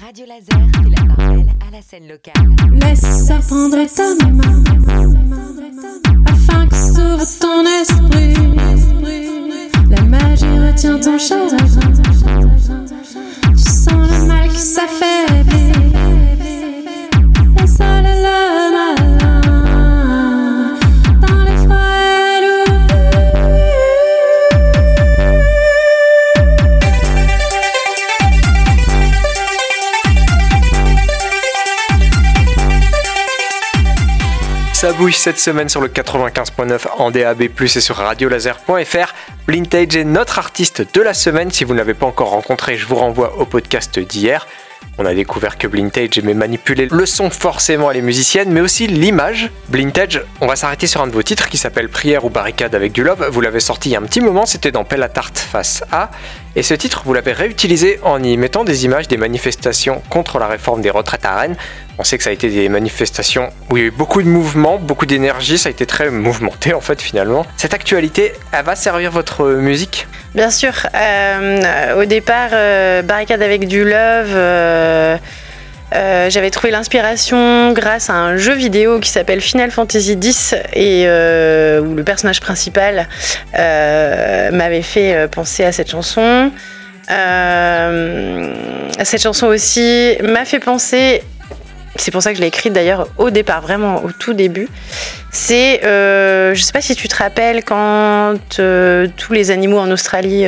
Radio Laser fait la part belle à la scène locale. Laisse apprendre ta main afin que s'ouvre ton esprit. La magie retient ton chagrin. Tu sens le mal qui s'affaiblit. Laisse aller le malin dans les froids l'oubli. Ça bouge cette semaine sur le 95.9 en DAB+, et sur radiolaser.fr. Blintage est notre artiste de la semaine. Si vous ne l'avez pas encore rencontré, je vous renvoie au podcast d'hier. On a découvert que Blintage aimait manipuler le son forcément à les musiciennes, mais aussi l'image. Blintage, on va s'arrêter sur un de vos titres qui s'appelle Prière ou Barricade avec du Love. Vous l'avez sorti il y a un petit moment, c'était dans Pelle à tarte face A. Et ce titre, vous l'avez réutilisé en y mettant des images des manifestations contre la réforme des retraites à Rennes. On sait que ça a été des manifestations où il y a eu beaucoup de mouvements, beaucoup d'énergie, ça a été très mouvementé en fait finalement. Cette actualité, elle va servir votre musique ? Bien sûr. Au départ, Barricade avec du Love, j'avais trouvé l'inspiration grâce à un jeu vidéo qui s'appelle Final Fantasy X et où le personnage principal m'avait fait penser à cette chanson. Cette chanson aussi m'a fait penser... C'est pour ça que je l'ai écrite d'ailleurs au départ, vraiment au tout début. C'est, je sais pas si tu te rappelles quand tous les animaux en Australie,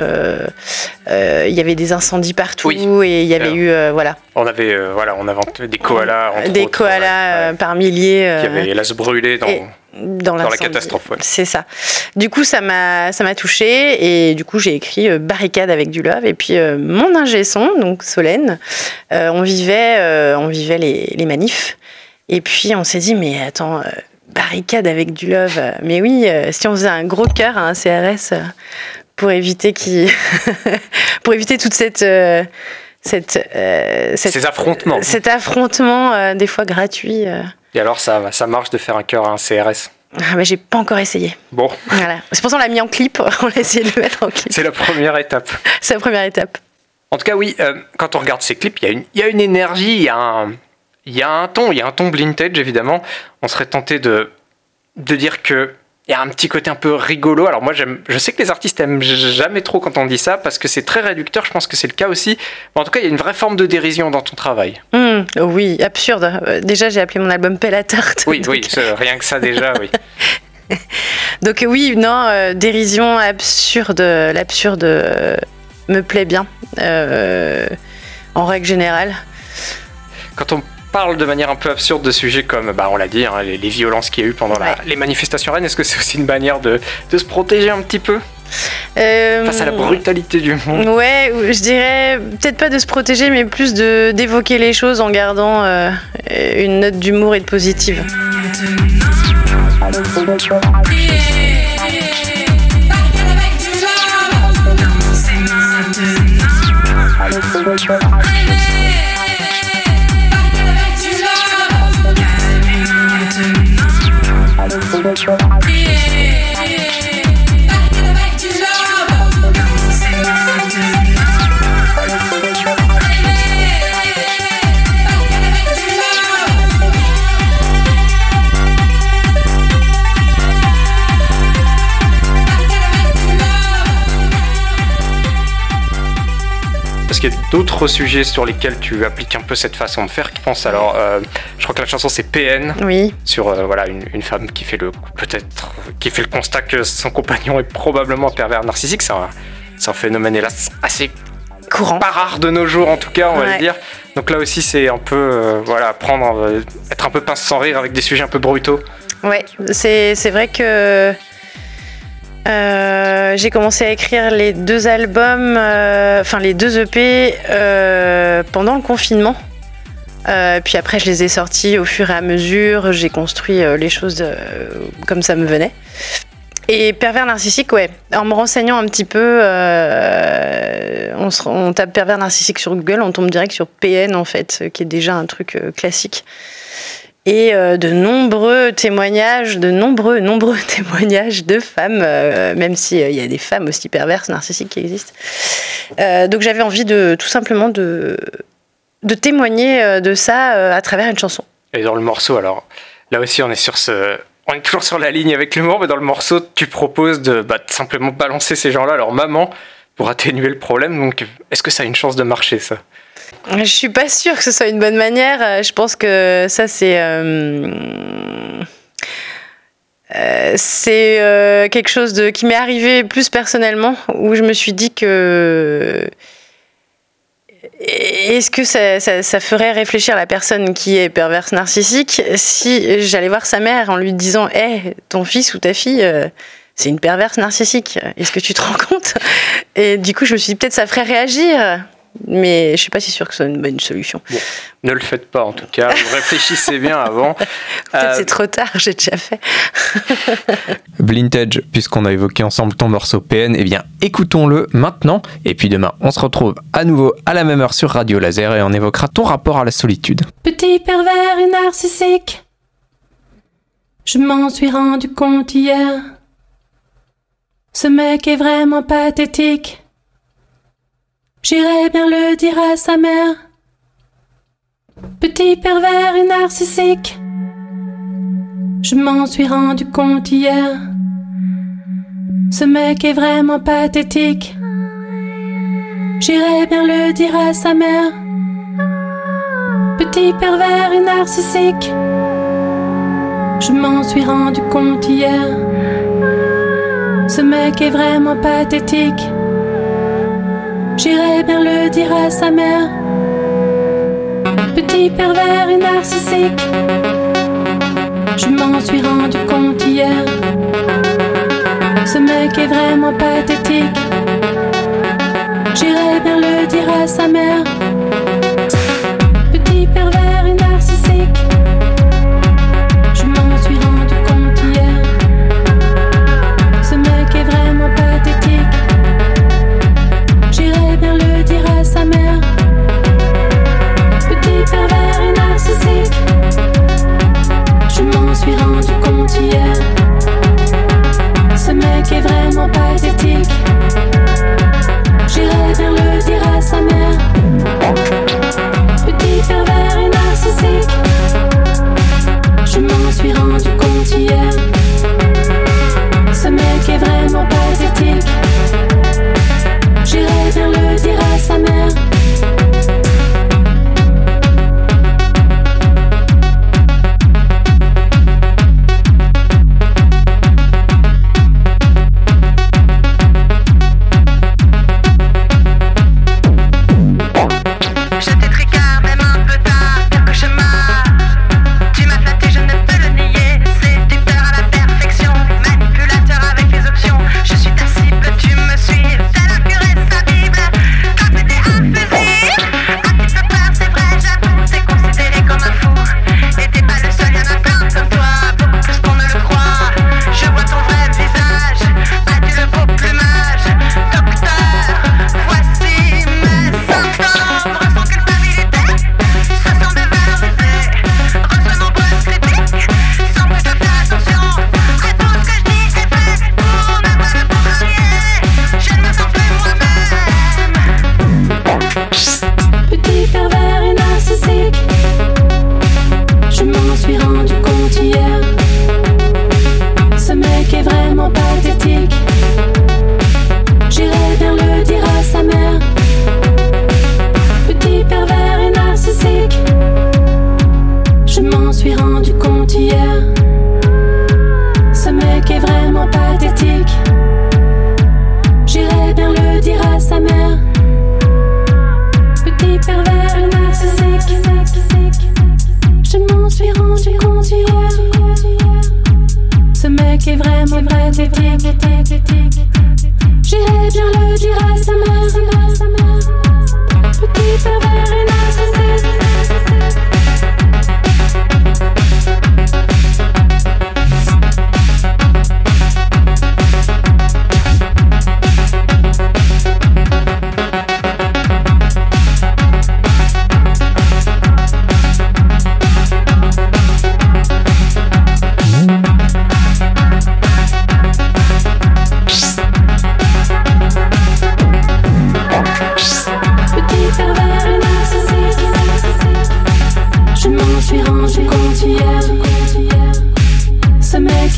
il y avait des incendies partout, oui. Et il y avait eu, voilà. On avait des koalas, des koalas par milliers. Qui avaient là se brûler dans la catastrophe. Ouais. C'est ça. Du coup, ça m'a touchée et du coup, j'ai écrit Barricade avec du Love. Et puis, mon ingé son, donc Solène, on vivait les manifs. Et puis, on s'est dit, mais attends, Barricade avec du Love. Mais oui, si on faisait un gros cœur à un CRS pour éviter pour éviter toute ces affrontements. Cet affrontement, des fois gratuit. Et alors, ça marche de faire un cœur à un CRS ? Ah bah j'ai pas encore essayé. Bon. Voilà. C'est pour ça qu'on l'a mis en clip, on a essayé de le mettre en clip. C'est la première étape. C'est la première étape. En tout cas, oui, quand on regarde ces clips, il y a une énergie, il y a un ton Blintage, évidemment. On serait tenté de dire que il y a un petit côté un peu rigolo. Alors moi, je sais que les artistes aiment jamais trop quand on dit ça, parce que c'est très réducteur, je pense que c'est le cas aussi. Mais en tout cas, il y a une vraie forme de dérision dans ton travail. Oui, absurde. Déjà, j'ai appelé mon album Pelle à tarte. Oui, rien que ça déjà, oui. Donc oui, non, dérision absurde. L'absurde me plaît bien, en règle générale. Quand on parle de manière un peu absurde de sujets comme, on l'a dit, hein, les violences qu'il y a eu pendant les manifestations Rennes, est-ce que c'est aussi une manière de se protéger un petit peu face à la brutalité du monde? Ouais, je dirais peut-être pas de se protéger, mais plus d'évoquer les choses en gardant une note d'humour et de positive. Parce qu'il y a d'autres sujets sur lesquels tu appliques un peu cette façon de faire. Je pense alors, je crois que la chanson c'est PN, oui. Sur une femme qui fait le constat que son compagnon est probablement un pervers narcissique. C'est un phénomène hélas assez courant, pas rare de nos jours en tout cas, on va le dire. Donc là aussi c'est un peu être un peu pince sans rire avec des sujets un peu brutaux. Ouais, c'est vrai que j'ai commencé à écrire les 2 albums, les 2 EP pendant le confinement. Puis après, je les ai sortis au fur et à mesure. J'ai construit les choses comme ça me venait. Et pervers narcissique, ouais. En me renseignant un petit peu, on tape pervers narcissique sur Google, on tombe direct sur PN en fait, qui est déjà un truc classique. Et de nombreux témoignages de femmes, même s'il y a des femmes aussi perverses, narcissiques qui existent. Donc j'avais envie tout simplement de de témoigner de ça à travers une chanson. Et dans le morceau, alors là aussi on est toujours sur la ligne avec l'humour, mais dans le morceau tu proposes de simplement balancer ces gens-là à leur maman pour atténuer le problème. Donc est-ce que ça a une chance de marcher, ça ? Je suis pas sûre que ce soit une bonne manière. Je pense que ça c'est quelque chose qui m'est arrivé plus personnellement, où je me suis dit que est-ce que ça ferait réfléchir la personne qui est perverse narcissique si j'allais voir sa mère en lui disant « Hey, ton fils ou ta fille, c'est une perverse narcissique. Est-ce que tu te rends compte ?» Et du coup, je me suis dit peut-être ça ferait réagir. Mais je suis pas si sûre que ce soit une bonne solution. Bon, ne le faites pas en tout cas, vous réfléchissez bien avant. Peut-être c'est trop tard, j'ai déjà fait. Blintage, puisqu'on a évoqué ensemble ton morceau PN, eh bien écoutons-le maintenant. Et puis demain, on se retrouve à nouveau à la même heure sur Radio Laser et on évoquera ton rapport à la solitude. Petit pervers et narcissique, je m'en suis rendu compte hier. Ce mec est vraiment pathétique. J'irais bien le dire à sa mère. Petit pervers et narcissique, je m'en suis rendu compte hier. Ce mec est vraiment pathétique. J'irais bien le dire à sa mère. Petit pervers et narcissique, je m'en suis rendu compte hier. Ce mec est vraiment pathétique. J'irais bien le dire à sa mère. Petit pervers et narcissique, je m'en suis rendu compte hier. Ce mec est vraiment pathétique. J'irais bien le dire à sa mère. Petit pervers et narcissique, je m'en suis rendu compte hier. Ce mec est vraiment pathétique. J'irais bien le dire à sa mère. Petit pervers et narcissique, je m'en suis rendu compte hier. Ce mec est vraiment pathétique. J'irais bien le dire à sa mère. Petit pervers et narcissique, je m'en suis rendu compte hier. Ce mec est vraiment pathétique. J'irais bien le dire à sa mère.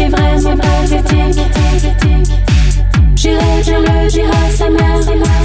qui est vraiment pathétique. J'irai, je le dirai à sa mère.